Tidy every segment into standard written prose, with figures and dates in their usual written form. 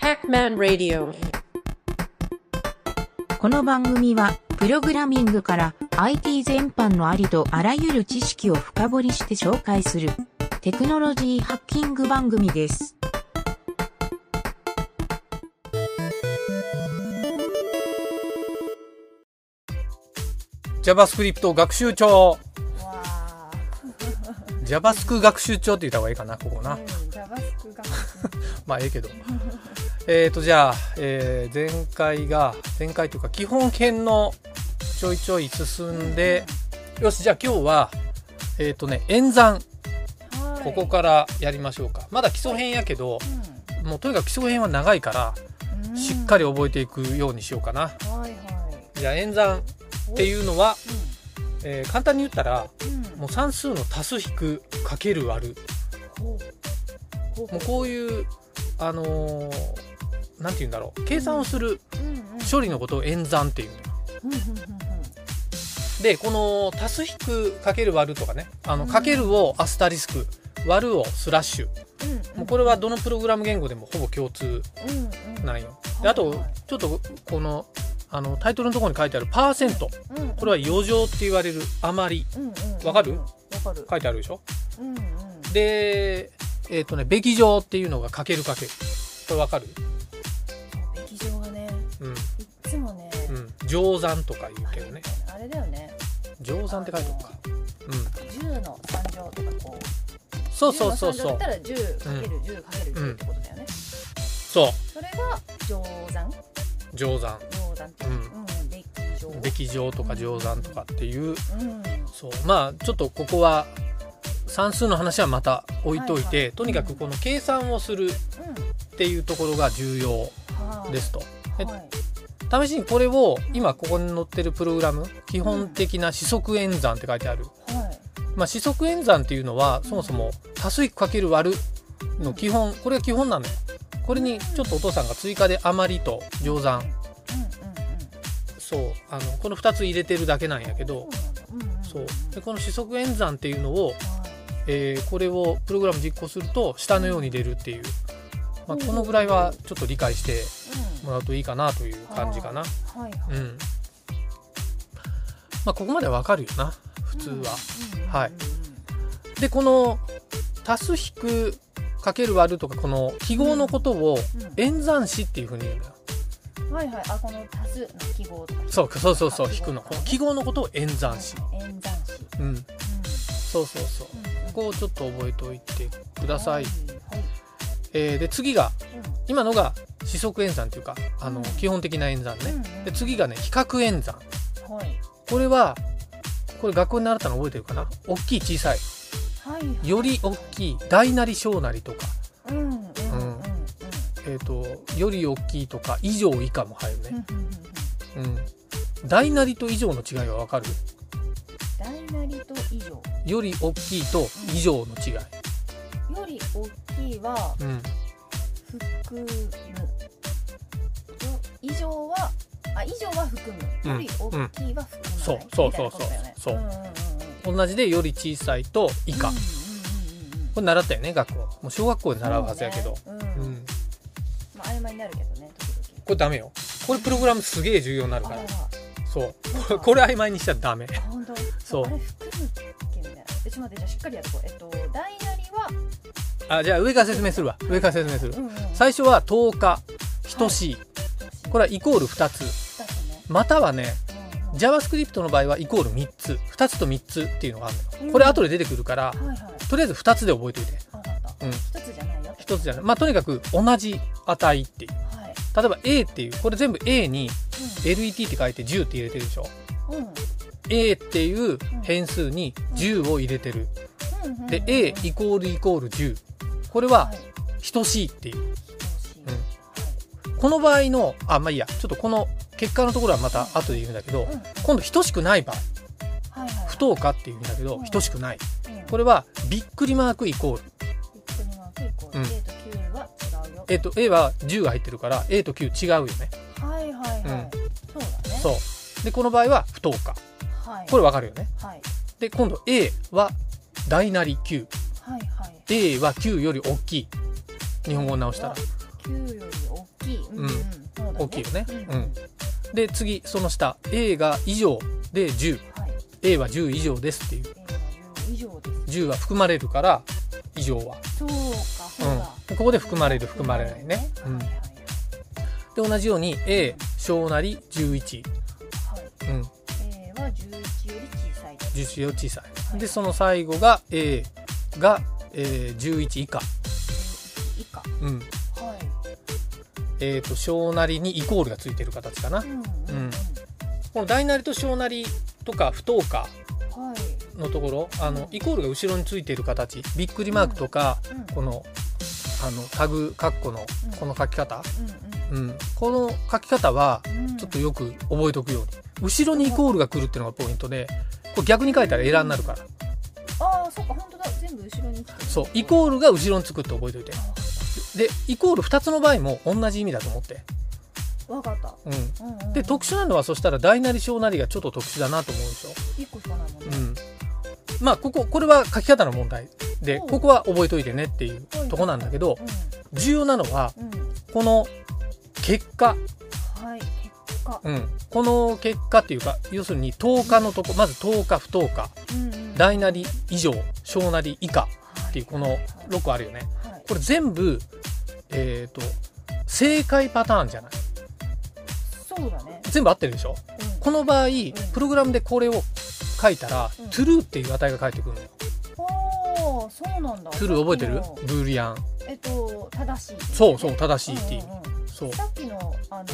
Hackman Radio。 この番組はプログラミングから IT 全般のありとあらゆる知識を深掘りして紹介するテクノロジーハッキング番組です。 JavaScript 学習帳。JavaScript 学習帳って言った方がいいかな、ここな。 JavaScript 学習まあええけど。じゃあ、前回というか基本編のちょいちょい進んで、よし、じゃあ今日は演算、ここからやりましょうか。まだ基礎編やけど、もうとにかく基礎編は長いから、しっかり覚えていくようにしようかな。じゃあ演算っていうのは、簡単に言ったら、もう算数の足す引くかける割る、もうこういうなんて言うんだろう、計算をする処理のことを演算っていうのよ。で、この足す引くかける割るとかね、かけるをアスタリスク、割るをスラッシュ、もうこれはどのプログラム言語でもほぼ共通なんよ。で、あとちょっとこのタイトルのところに書いてあるパーセント、これは余剰って言われる余り、わかる？書いてあるでしょ。で、べき乗っていうのがかけるかける、これわかる？ べき乗がね、いつもね、 乗算とか言うけどね。 あれだよね。 乗算って書いてあるか。 10の3乗とかこう。 そうそうそうそう。 10の3乗だったら10かける10かける10ってことだよね。 そう。 それが乗算。 乗算。べき乗とか乗算とかっていう。そう。まあちょっとここは算数の話はまた置いといて、とにかくこの計算をするっていうところが重要ですと。試しにこれを今ここに載ってるプログラム、基本的な四則演算って書いてある。まあ四則演算っていうのはそもそも足す引くかける割るの基本、これが基本なのよ。これにちょっとお父さんが追加で余りと乗算、そうこの2つ入れてるだけなんやけど、そうでこの四則演算っていうのを、これをプログラム実行すると下のように出るっていう、まあ、このぐらいはちょっと理解してもらうといいかなという感じかな。まあここまでわかるよな、普通は。はい。でこの足す引くかける割るとか、この記号のことを演算子っていう風に言うんだよ。 この足すの記号とか。 そう引くの、この記号のことを演算子。そうここをちょっと覚えておいてください。で次が、今のが四則演算っていうか基本的な演算ね。で次がね、比較演算。これ学校に習ったの覚えてるかな。大きい小さい、より大きい、大なり小なりとか、より大きいとか以上以下も入るね。大なりと以上の違いは分かる？ 大なりと以上、 より大きいと以上の違い、 より大きいは含む、以上は含む、より大きいは含まない、 そう同じでより小さいと以下、これ習ったよね、学校。もう小学校で習うはずやけど、 まあ曖昧になるけどね、時々。 これダメよ。これプログラムすげえ重要になるから。そうこれ曖昧にしちゃダメ。 本当。 そう。 あれ含むっけみたいな。ちょっと待って、じゃあしっかりやってこう。大なりは、 じゃあ上から説明する。最初は10日、等しい。これはイコール2つ。またはね、JavaScript の場合はイコール3つ。2つと3つっていうのがあるのよ。これ後で出てくるから、とりあえず2つで覚えておいて。 1つじゃないよ。 1つじゃない。まあとにかく同じ値っていう。例えば A っていう、これ全部 A に LET って書いて10って入れてるでしょ。A っていう変数に10を入れてる。で A イコール10、これは等しいっていう。この場合のまあいいや、ちょっとこの結果のところはまた後で言うんだけど、今度等しくない場合、不等価っていうんだけど、等しくない、これはびっくりマークイコール。A は10が入ってるから A と9違うよね。 そうだね。 そうでこの場合は不等価、これ分かるよね。で今度 A は大なり9、A は9より大きい。日本語を直したら 9より大き大きいよね。で次その下 A が以上で10、A は10以上ですっていう。10は含まれるから以上は。 そうか、そうだ。 ここで含まれる含まれないね。で同じように A 小なり11。 A は11より小さい。 11より小さい。でその最後が A が、11以下。小なりにイコールがついてる形かな。この大なりと小なりとか不等価のところ、イコールが後ろについている形、びっくりマークとか、このタグカッコのこの書き方、この書き方はちょっとよく覚えておくように、後ろにイコールが来るっていうのがポイントで、これ逆に書いたらエラーになるから。 ああ、そっか、本当だ、全部後ろに来てる。 そう、イコールが後ろにつくって覚えておいて。でイコール2つの場合も同じ意味だと思って。 分かった。 で特殊なのはそしたら大なり小なりがちょっと特殊だなと思うでしょ。 1個しかないもんね。 まあこれは書き方の問題で、ここは覚えといてねっていうとこなんだけど、重要なのはこの結果。この結果っていうか、要するに等価のとこ、まず等価不等価、大なり以上小なり以下っていうこの6個あるよね。これ全部正解パターンじゃない。 そうだね。 全部合ってるでしょ。この場合プログラムでこれを書いたら、true っていう値が返ってくるのよ。 ああ、そうなんだ。 true 覚えてる？ブーリアン。 正しい。 そうそう、正しいっていう。そう。 さっきの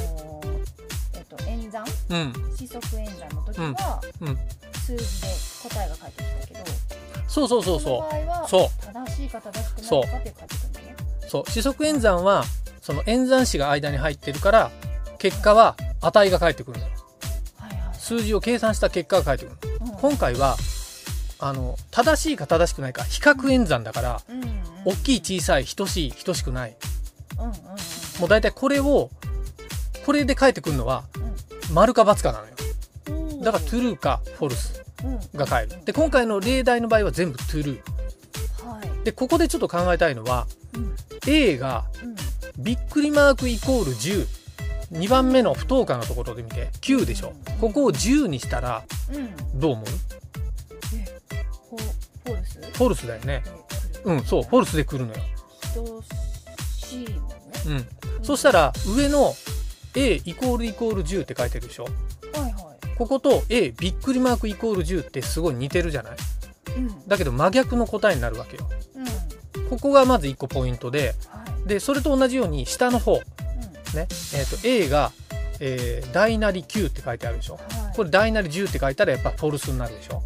演算、四則演算の時は、数字で答えが返ってきたけど、 そうそうそうそう。 この場合は正しいか正しくないかって返ってくるんだね。そう、 四則演算はその演算子が間に入ってるから、結果は値が返ってくるのよ。数字を計算した結果が返ってくる。今回は正しいか正しくないか比較演算だから、大きい小さい等しい等しくない、もうだいたいこれで返ってくるのは丸か×かなのよ。だから true か false が返る。で今回の例題の場合は全部 true。でここでちょっと考えたいのは、A がびっくりマークイコール10、2番目の不等価のところで見て9でしょ。ここを10にしたらどう思う？フォルスだよね。そう、フォルスで来るのよ。 等しいもんね。 そしたら上の A イコールイコール10って書いてるでしょ。ここと A びっくりマークイコール10ってすごい似てるじゃない。だけど真逆の答えになるわけよ。ここがまず1個ポイントで、でそれと同じように下の方、ね、A が、大なり9って書いてあるでしょ。これ大なり10って書いたらやっぱフォルスになるでしょ。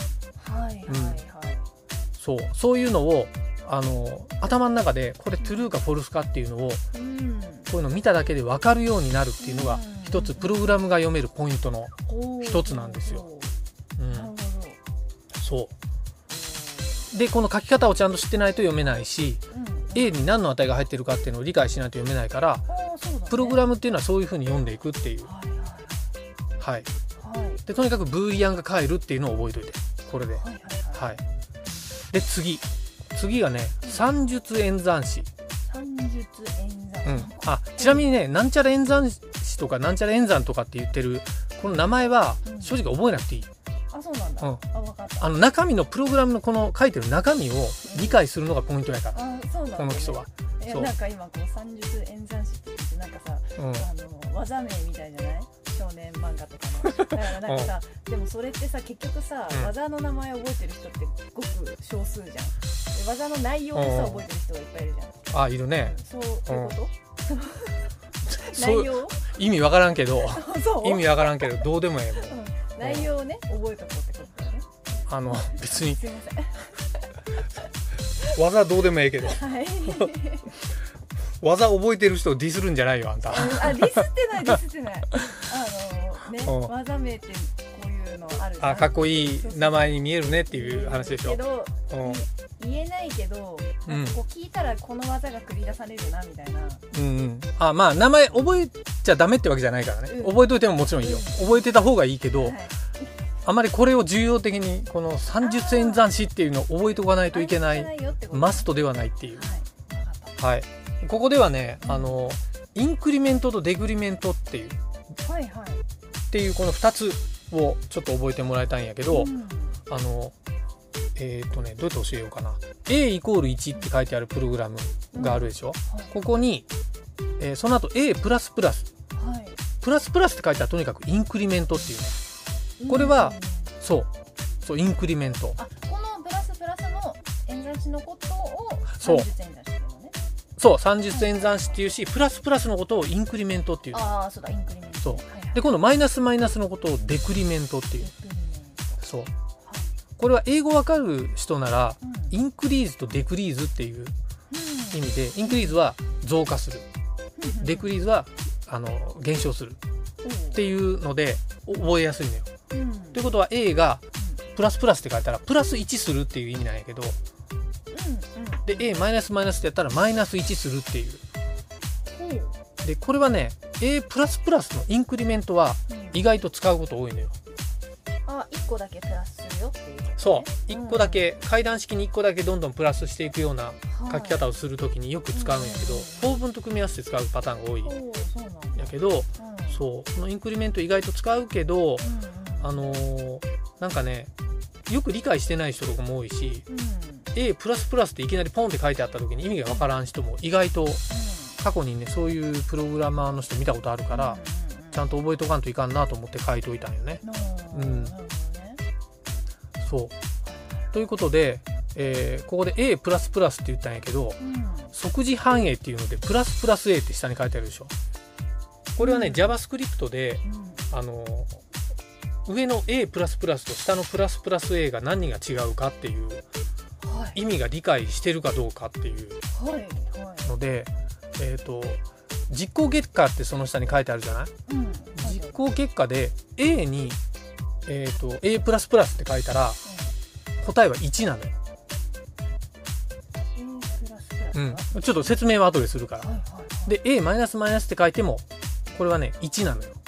そういうのを頭の中でこれトゥルーかフォルスかっていうのを、こういうのを見ただけで分かるようになるっていうのが一つプログラムが読めるポイントの一つなんですよ。そうでこの書き方をちゃんと知ってないと読めないし、A に何の値が入ってるかっていうのを理解しないと読めないから、プログラムっていうのはそういうふうに読んでいくっていう。でとにかくブーリアンが返るっていうのを覚えておいて、これで。で次がね、算術演算子。ちなみにね、なんちゃら演算子とかなんちゃら演算とかって言ってるこの名前は正直覚えなくていい。 そうなんだ。分かった。 中身のプログラムのこの書いてる中身を理解するのがポイントやから。この基礎は。 なんか今この算術演算子って言ってなんかさ、技名みたいじゃない？少年漫画とかの。だからなんかさ、でもそれってさ結局さ、技の名前覚えてる人ってごく少数じゃん。技の内容をさ覚えてる人がいっぱいいるじゃん。 いるね。 そういうこと？内容？ 意味わからんけど。意味わからんけどどうでもええもん。 内容をね覚えとこうってことだよね。 別に。 すいません。 技どうでもええけど。技覚えてる人をディスるんじゃないよあんた。 ディスってない。技名ってこういうのあるじゃん。 かっこいい名前に見えるねっていう話でしょ。 けど言えないけど、こう聞いたらこの技が繰り出されるなみたいな。 まあ名前覚えちゃダメってわけじゃないからね。覚えといてももちろんいいよ。覚えてた方がいいけど、あまりこれを重要的にこの算術演算子っていうのを覚えておかないといけないマストではないっていう。ここではね、 インクリメントとデクリメントっていう、 はいはい、 っていうこの2つをちょっと覚えてもらいたいんやけど、どうやって教えようかな。 A イコール1って書いてあるプログラムがあるでしょ、ここに、その後 A プラスプラス、プラスプラスって書いてあるとにかくインクリメントっていうね。これはそうインクリメント。 あ、このプラスプラスの演算子のことをそう 30演算子っていうのね。 そう30演算子っていうし、プラスプラスのことをインクリメントっていう。 ああ、そうだ、インクリメント。 そう、 はいはい、 で今度マイナスマイナスのことをデクリメントっていう。そう、これは英語わかる人なら、インクリーズとデクリーズっていう意味で、インクリーズは増加する、デクリーズは減少するっていうので覚えやすいのよ。ということは A がプラスプラスって書いたらプラス1するっていう意味なんやけど、で A マイナスマイナスってやったらマイナス1するっていう。でこれはね A プラスプラスのインクリメントは意外と使うこと多いのよ。 あ、1個だけプラスするよっていう、ね、 そう1個だけ、階段式に1個だけどんどんプラスしていくような書き方をするときによく使うんやけど、法文と組み合わせて使うパターンが多いんやけど、そうこのインクリメント意外と使うけど、なんかねよく理解してない人とかも多いし、A プラスプラスっていきなりポンって書いてあった時に意味がわからん人も意外と過去にねそういうプログラマーの人見たことあるから、ちゃんと覚えとかんといかんなと思って書いといたんよね。そうということで、ここで A プラスプラスって言ったんやけど、即時反映っていうのでプラスプラス A って下に書いてあるでしょ。これはね JavaScript で、上の A プラスプラスと下のプラスプラス A が何が違うかっていう意味が理解してるかどうかっていうので、実行結果ってその下に書いてあるじゃない、実行結果で A に、A プラスプラスって書いたら、答えは1なのよ。ちょっと説明は後でするから、で A マイナスマイナスって書いてもこれはね1なのよ。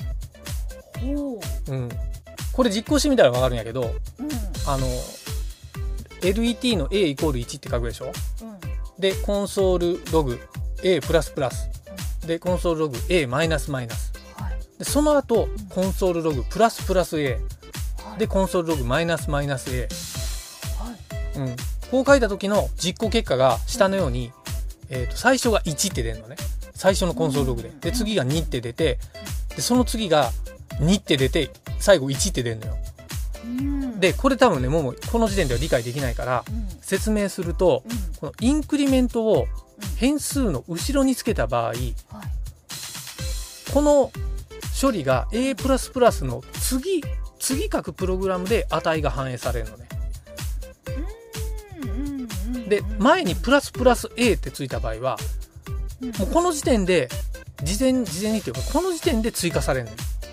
これ実行してみたら分かるんやけど、LET の A イコール1って書くでしょ、でコンソールログ A プラスプラスでコンソールログ A マイナスマイナスで、その後コンソールログプラスプラス A でコンソールログマイナスマイナス A、こう書いた時の実行結果が下のように、最初が1って出るのね、最初のコンソールログで。で次が2って出て、でその次が2って出て、最後1って出るのよ。でこれ多分ねもうこの時点では理解できないから、説明すると、このインクリメントを変数の後ろにつけた場合、この処理が A++ の次書くプログラムで値が反映されるのね。で前にプラスプラス A ってついた場合は、もうこの時点で事前にっていうかこの時点で追加されるのよ。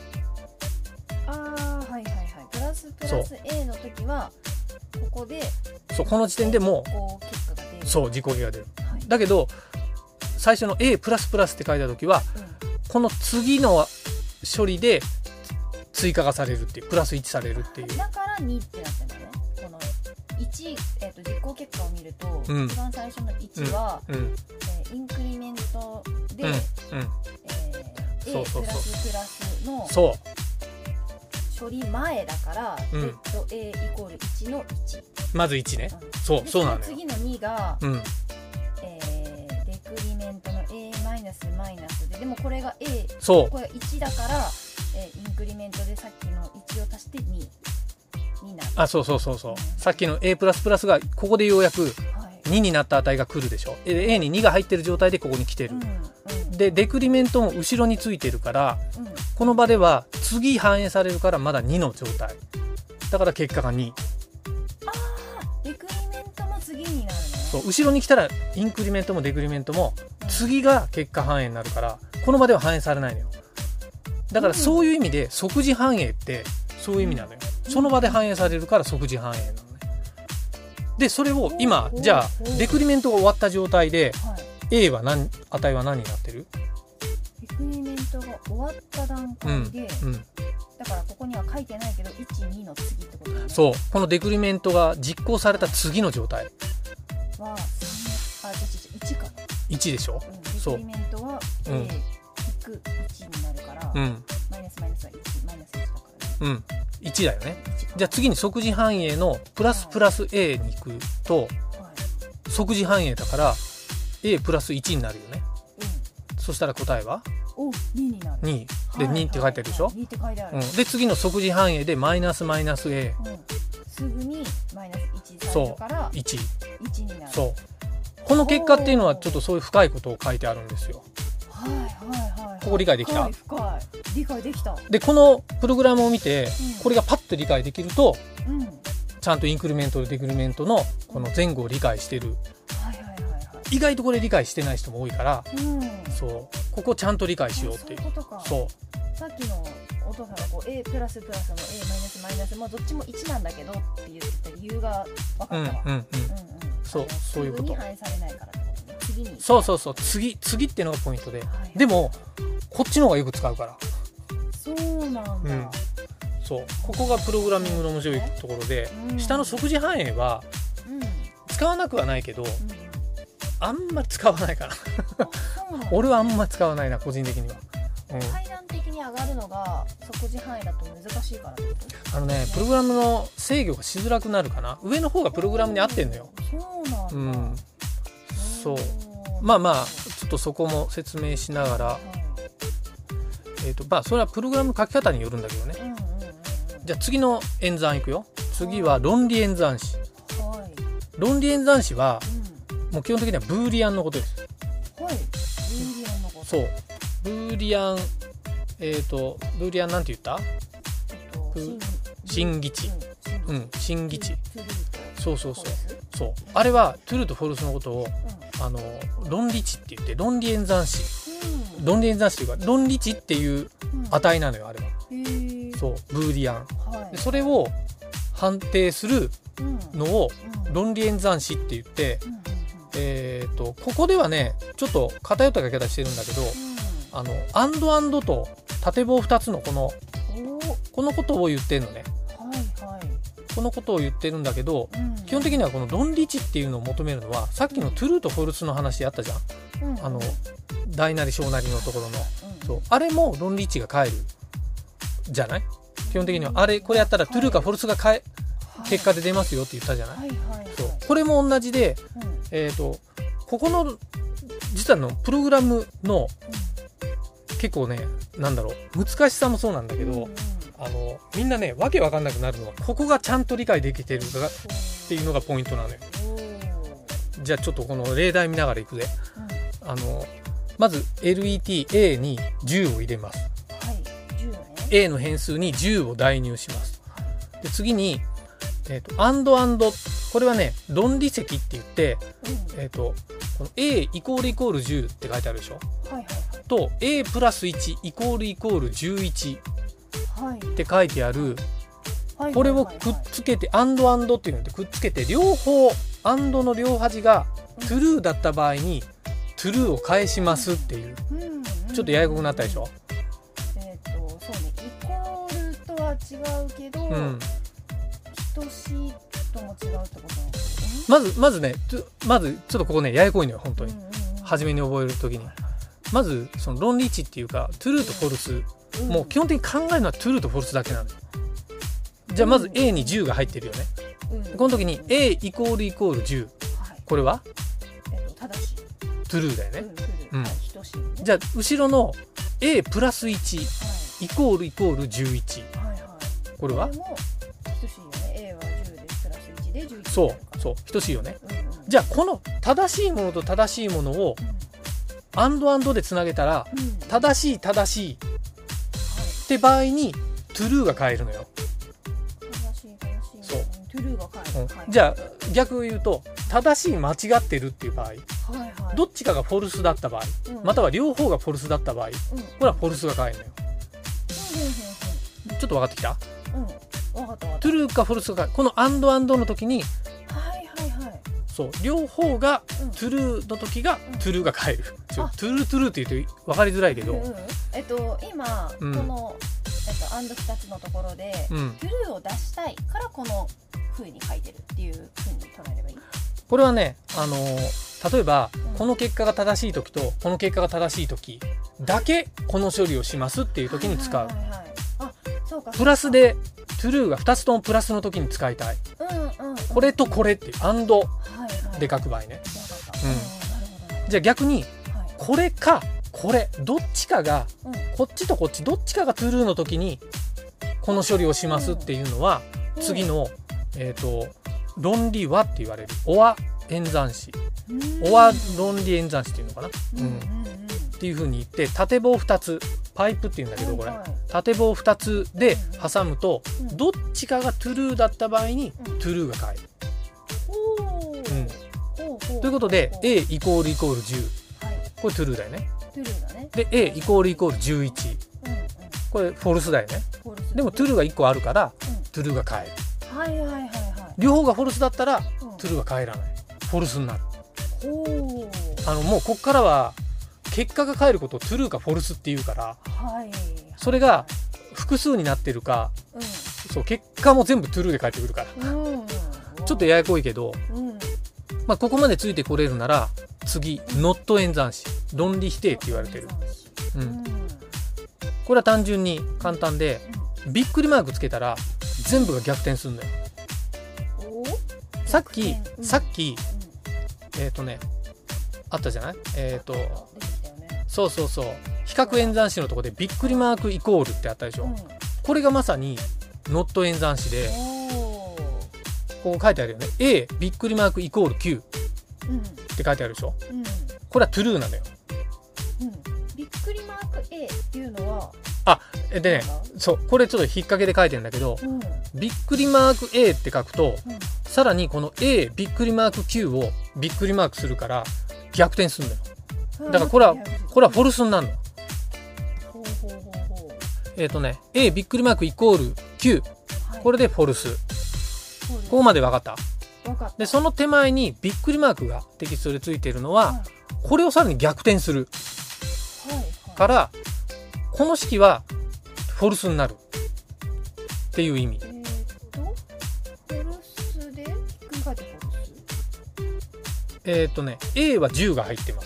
プラスプラス A の時はここでこの時点でもう結果が出る。 実行結果が出る、だけど最初の A++ って書いた時は、この次の処理で追加がされるっていう、プラス1されるっていう。 だから2ってなってるんだね。この1、実行結果を見ると、一番最初の1は、インクリメントで、A++の処理前だから、A イコール1の1。 まず1ね。そうなのよ。 次の2が、デクリメントの A マイナスマイナスでもこれが A、これ1だから、インクリメントでさっきの1を足して2になる。さっきの A++ がここでようやく2になった値が来るでしょ。A に2が入ってる状態でここに来てる。でデクリメントも後ろについてるから、この場では次反映されるからまだ2の状態だから結果が2。デクリメントも次になるね。 後ろに来たらインクリメントもデクリメントも次が結果反映になるから、この場では反映されないのよ。だからそういう意味で即時反映ってそういう意味なのよ。その場で反映されるから即時反映なのね。でそれを今じゃあデクリメントが終わった状態で A は値は何になってる？ デクリメントが終わった段階で、だからここには書いてないけど1、2の次ってことだね。 このデクリメントが実行された次の状態は1か。 1でしょ。 デクリメントは A く1になるから、 うん、 マイナスマイナスは1、マイナス1だからね。 うん、1だよね。 1 じゃあ次に即時反映のプラスプラス A に行くと、 はい、 即時反映だから A プラス1になるよね。そしたら答えはお、2になる。 2で、2って書いてあるでしょ。 2って書いてある。 で次の即時反映でマイナスマイナス A、 すぐにマイナス1されるから 1 になる。 そうこの結果っていうのはちょっとそういう深いことを書いてあるんですよ。 はいはいはい。 ここ理解できた？ 深い理解できた。 でこのプログラムを見て、これがパッと理解できると、ちゃんとインクリメントデクリメントのこの前後を理解してる。意外とこれ理解してない人も多いから、そうここちゃんと理解しようっていう。 そういうことか。そうさっきのお父さんがこう A プラスプラスの A マイナスマイナスもどっちも1なんだけどって言ってた理由が分かったわ。そういうこと。すぐに反映されないからってことね。次に。そう次っていうのがポイントで、でもこっちの方がよく使うから。 そうなんだ。 そうここがプログラミングの面白いところで、下の即時反映は使わなくはないけど、あんま使わないかな。俺はあんま使わないな個人的には。 階段的に上がるのが即時反映だと難しいからってこと？ プログラムの制御がしづらくなるかな。上の方がプログラムに合ってんのよ。 そうなんだ。 そうまあちょっとそこも説明しながら、それはプログラムの書き方によるんだけどね。じゃあ次の演算いくよ。次は論理演算子。論理演算子は、もう基本的にはブーリアンのことです。 はい。ブーリアンのこと。 そう。ブーリアン、ブーリアンなんて言った？新義値。新義値。そう。あれはトゥルーとフォルスのことを、論理値って言って論理演算子。論理演算子というか論理値っていう値なのよあれは。そうブーリアン。でそれを判定するのを論理演算子って言って。ここではねちょっと偏った書き方してるんだけど、アンドと縦棒2つのこのことを言ってるのね。このことを言ってるんだけど、基本的にはこの論理値っていうのを求めるのはさっきのトゥルーとフォルスの話あったじゃん。大なり小なりのところの、そうあれも論理値が変えるじゃない。基本的にはこれやったらトゥルーかフォルスが結果で出ますよって言ったじゃない。そうこれも同じで、ここの実はプログラムの結構ね難しさもそうなんだけど、みんなねわけわかんなくなるのはここがちゃんと理解できてるかっていうのがポイントなのよ。じゃあちょっとこの例題見ながらいくぜ。まず LET A に10を入れます。A の変数に10を代入します。で次にアンドこれはね論理積って言って、この A イコールイコール10って書いてあるでしょ。と A プラス1イコールイコール11って書いてある、これをくっつけてアンドっていうのでくっつけて両方アンドの両端がトゥルーだった場合にトゥルーを返しますっていう、ちょっとややこくなったでしょ。 そうねイコールとは違うけど、等しいとも違うってことなんですね。まずちょっとここねややこいのよ本当に。初めに覚えるときにまずその論理値っていうかトゥルーとフォルス、もう基本的に考えるのはトゥルーとフォルスだけなのよ。じゃあまず A に10が入ってるよね。この時に A イコールイコール10、これは正しいトゥルーだよね。じゃあ後ろの A プラス1イコールイコール11、これはそう等しいよね。じゃあこの正しいものと正しいものをアンドでつなげたら、正しいって場合にトゥルーが変えるのよ。そうトゥルーが変える、じゃあ逆を言うと正しい間違ってるっていう場合、どっちかがフォルスだった場合、または両方がフォルスだった場合、これはフォルスが変えるのよ。ちょっと分かってきた？トゥルーかフォルスかこのアンドの時に、そう両方がトゥルーの時がトゥルーが変える。トゥルーって言うと分かりづらいけど、 今このアンド2つのところでトゥルーを出したいからこの風に書いてるっていう風に捉えればいい。 これはね例えばこの結果が正しい時とこの結果が正しい時だけこの処理をしますっていう時に使う。 あ、そうか。 プラスで true が2つともプラスの時に使いたい。これとこれっていう and で書く場合ね。じゃあ逆にこれかこれどっちかが、こっちとこっちどっちかが true の時にこの処理をしますっていうのは、次の論理はって言われるor演算子、or論理演算子っていうのかな、っていう風に言って、縦棒2つパイプっていうんだけど、これ縦棒2つで挟むと、どっちかが true だった場合に true が返る。ということで A イコールイコール10、これ true だよね。で A イコールイコール11、これフォルスだよね。でも true が1個あるから true が返る。両方がフォルスだったら true が返らない、フォルスになる。もうこっからは結果が返ることを true かフォルスっていうから、それが複数になってるか、そう結果も全部 true で返ってくるから、ちょっとややこいけど、ここまでついてこれるなら次 not 演算子、論理否定って言われてる。これは単純に簡単で、びっくりマークつけたら全部が逆転するんだよ。さっきあったじゃない、そう比較演算子のところでびっくりマークイコールってあったでしょ。これがまさに not 演算子で、ここ書いてあるよね。 A びっくりマークイコール9って書いてあるでしょ。これは true なのよ。 びっくりマーク A っていうのはでね、そうこれちょっと引っ掛けで書いてるんだけど、びっくりマーク A って書くと、さらにこの A びっくりマーク Q をびっくりマークするから逆転するんだよ。だからこれはフォルスになるの。A びっくりマークイコール Q、これでフォルス。ここまで分かった？でその手前にびっくりマークがテキストでついているのは、これをさらに逆転するから、この式はフォルスになるっていう意味。 フォルスでひっくり返ってフォルス。 A は10が入ってます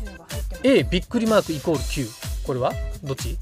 。A びっくりマークイコール9、これはどっち？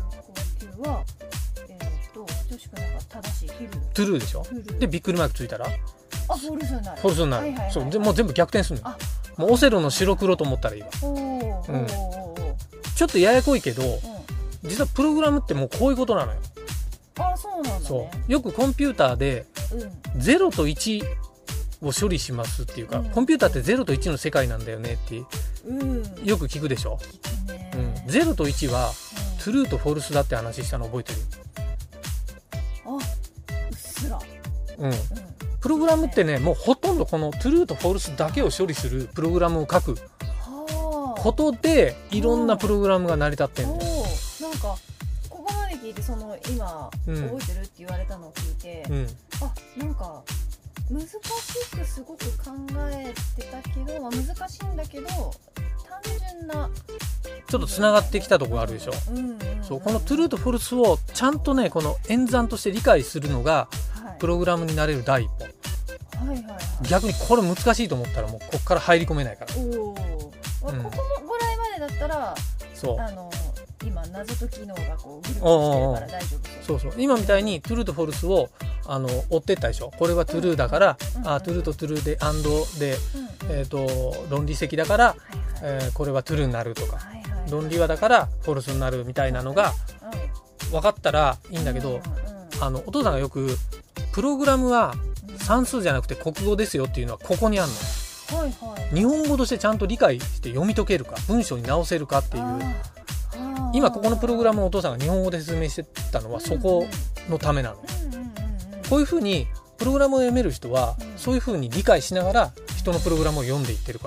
9は等しくなんか正しいトゥルーでしょ。でびっくりマークついたらフォルスになる。 フォルスになる。そうでもう全部逆転するのよ。もうオセロの白黒と思ったらいいわ。ちょっとややこいけど、実はプログラムってもうこういうことなのよ。 そうなんだね。 そうよくコンピューターで0と1を処理しますっていうか、コンピューターって0と1の世界なんだよねってよく聞くでしょ。0と1はトゥルーとフォルスだって話したの覚えてる？ うっすら。 プログラムってね、もうほとんどこのトゥルーとフォルスだけを処理するプログラムを書くことで、いろんなプログラムが成り立ってるんだよ。 なんかここまで聞いて、今覚えてるって言われたのを聞いて、なんか難しくすごく考えてたけど、難しいんだけど単純なちょっとつながってきたところがあるでしょ。そうこのトゥルーとフォルスをちゃんとね、この演算として理解するのがプログラムになれる第一歩。逆にこれ難しいと思ったらもうこっから入り込めないから。ここぐらいまでだったら、今謎解き機能がこうグルグルしてるから大丈夫。 そう今みたいにトゥルーとフォルスを追ってったでしょ。これはトゥルーだから、トゥルーとトゥルーでアンドで、論理積だから、これはトゥルーになるとか、論理はだからフォルスになるみたいなのが分かったらいいんだけど、お父さんがよくプログラムは算数じゃなくて国語ですよっていうのはここにあるの。日本語としてちゃんと理解して読み解けるか、文章に直せるかっていう。今ここのプログラムをお父さんが日本語で説明してたのはそこのためなの。こういうふうにプログラムを読める人はそういうふうに理解しながら人のプログラムを読んでいってるから。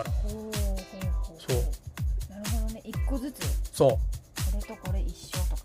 なるほどね。一個ずつ。 そう。 これとこれ一緒とか。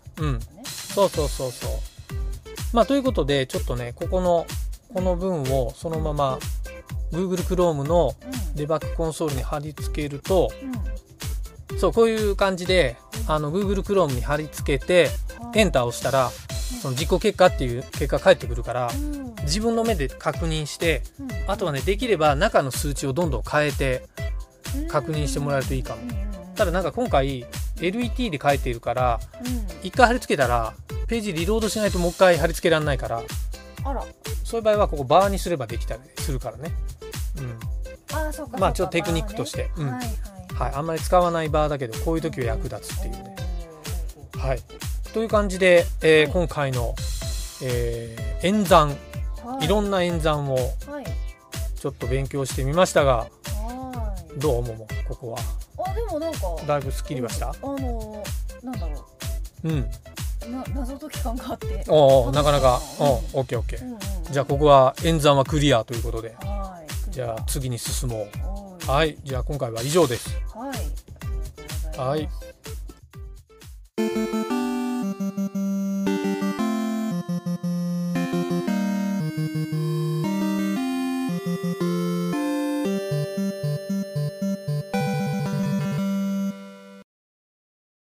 そう。ということでちょっとね、この文をそのまま Google Chrome のデバッグコンソールに貼り付けると、こういう感じでGoogle Chrome に貼り付けてエンターを押したら、その実行結果っていう結果が返ってくるから、自分の目で確認して、あとはね、できれば中の数値をどんどん変えて確認してもらえるといいかも。ただなんか今回 LET で書いているから、 うん、 一回貼り付けたらページリロードしないともう一回貼り付けられないから、 あら、 そういう場合はここバーにすればできたりするからね、 そうか、 まあちょっとテクニックとして、あんまり使わないバーだけどこういう時は役立つっていうね、はい、という感じで、今回の、演算、いろんな演算をちょっと勉強してみましたが、どうももここは。 でもなんかだいぶスッキリはした。 なんだろう。謎解き感があって。 なかなか。オッケーオッケー。じゃあここは演算はクリアということで。じゃあ次に進もう。はい。じゃあ今回は以上です。 はい。 はい。